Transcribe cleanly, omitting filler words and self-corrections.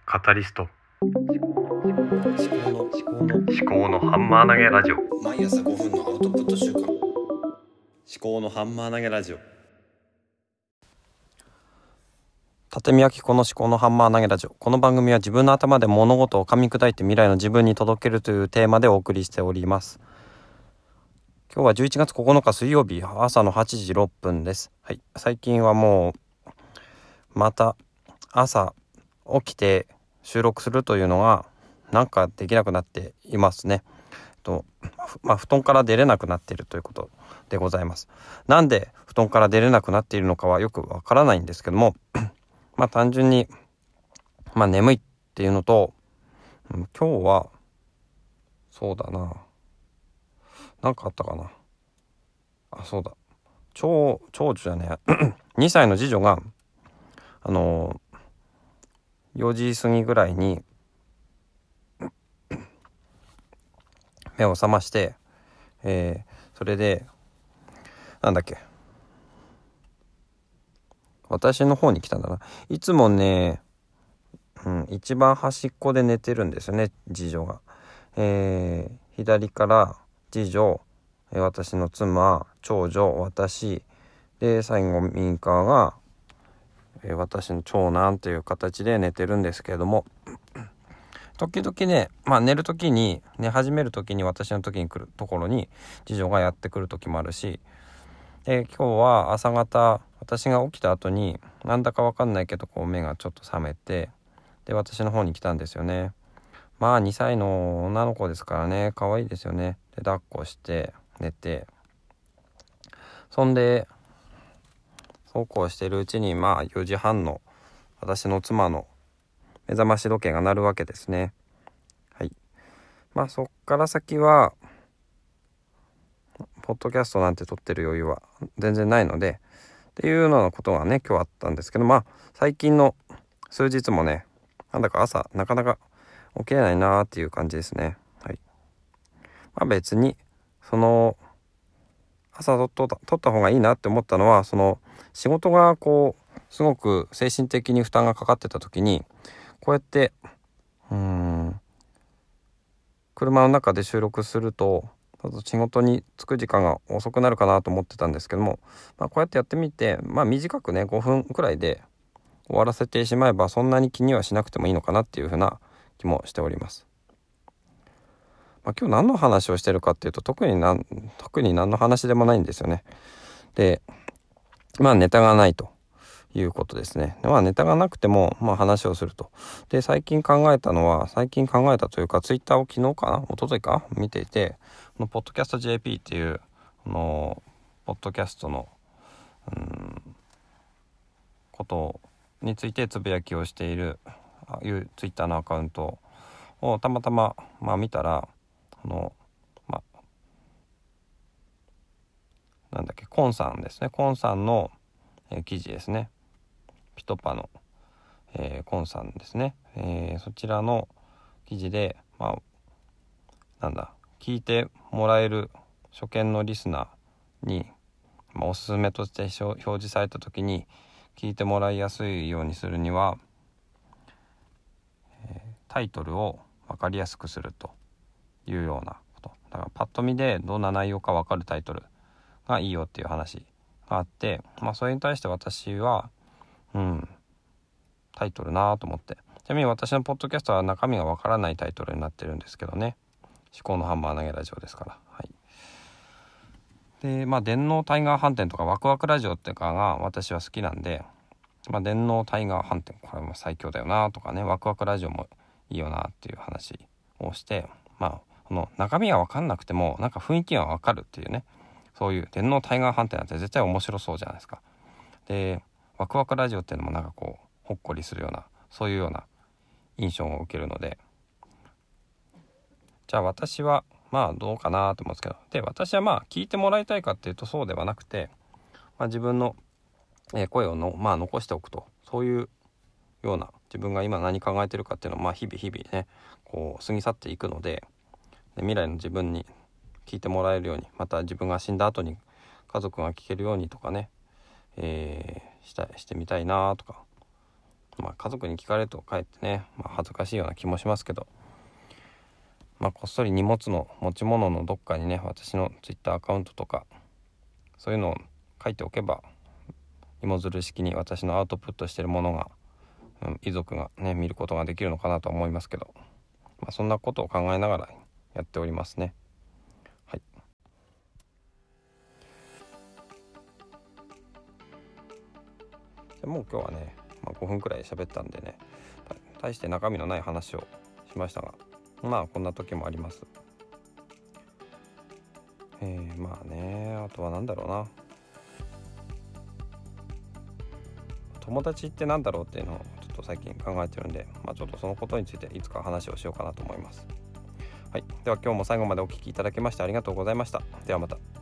カタリスト思考のハンマー投げラジオ。 毎朝5分のアウトプット週間。思考のハンマー投げラジオ。 立見明子の思考のハンマー投げラジオ。この番組は自分の頭で物事を噛み砕いて未来の自分に届けるというテーマでお送りしております。今日は11月9日水曜日、朝の8時6分です。はい、最近はもうまた朝起きて収録するというのがなんかできなくなっていますね。布団から出れなくなっているということでございます。なんで布団から出れなくなっているのかはよくわからないんですけども単純に眠いっていうのと、今日はそうだな、なんかあったかな。そうだ、長女じゃねえ2歳の次女が4時過ぎぐらいに目を覚まして、それで私の方に来たんだな。いつもね、一番端っこで寝てるんですよね、次女が。左から次女、私の妻、長女、私で、最後民家が、私の長男という形で寝てるんですけれども、時々ね、寝る時に寝始める時に私の時に来るところに次女がやってくる時もあるし、今日は朝方私が起きた後になんだかわかんないけど目がちょっと覚めて、で私の方に来たんですよね。2歳の女の子ですからね、可愛いですよね。で抱っこして寝て、そんでそうこうしてるうちに4時半の私の妻の目覚まし時計が鳴るわけですね。はい。そっから先はポッドキャストなんて撮ってる余裕は全然ないのでっていうようなことがね今日あったんですけど、最近の数日もね、なんだか朝なかなか起きれないなーっていう感じですね。はい。別にその朝撮った方がいいなって思ったのは、その仕事がすごく精神的に負担がかかってた時にこうやって車の中で収録すると仕事に着く時間が遅くなるかなと思ってたんですけども、こうやってやってみて短くね5分くらいで終わらせてしまえばそんなに気にはしなくてもいいのかなっていうふうな気もしております。今日何の話をしてるかっていうと特に何の話でもないんですよね。でネタがないということですね。ネタがなくても話をすると。で最近考えたというか、ツイッターを昨日かな一昨日か見ていて、ポッドキャスト JP っていうポッドキャストのことについてつぶやきをしているいうツイッターのアカウントをたまたま見たら、コンさんですね。コンさんの、記事ですね。ピトパの、コンさんですね。そちらの記事で聞いてもらえる初見のリスナーに、おすすめとして表示された時に聞いてもらいやすいようにするには、タイトルを分かりやすくするというようなこと。だからパッと見でどんな内容か分かるタイトルがいいよっていう話があって、それに対して私はタイトルなと思って。ちなみに私のポッドキャストは中身が分からないタイトルになってるんですけどね。思考のハンマー投げラジオですから。はい。で電脳タイガー飯店とかワクワクラジオっていうかが私は好きなんで、電脳タイガー飯店これも最強だよなとかね、ワクワクラジオもいいよなっていう話をして、この中身が分かんなくてもなんか雰囲気が分かるっていうね、そういう電脳タイガー飯店なんて絶対面白そうじゃないですか。でワクワクラジオっていうのもほっこりするような、そういうような印象を受けるので、じゃあ私はどうかなと思うんですけど、で私は聞いてもらいたいかっていうとそうではなくて、自分の声を残しておくと、そういうような自分が今何考えてるかっていうのを日々ね過ぎ去っていくので、未来の自分に聞いてもらえるように、また自分が死んだ後に家族が聞けるようにとかね、してみたいなとか家族に聞かれるとかえってね、恥ずかしいような気もしますけど、こっそり荷物の持ち物のどっかにね、私の Twitter アカウントとかそういうのを書いておけば、芋づる式に私のアウトプットしているものが、遺族がね見ることができるのかなと思いますけど、そんなことを考えながらやっておりますね。はい。もう今日はね、5分くらい喋ったんでね、大して中身のない話をしましたが、こんな時もあります。あとは何だろうな、友達ってなんだろうっていうのをちょっと最近考えてるんで、ちょっとそのことについていつか話をしようかなと思います。はい。では今日も最後までお聞きいただきましてありがとうございました。ではまた。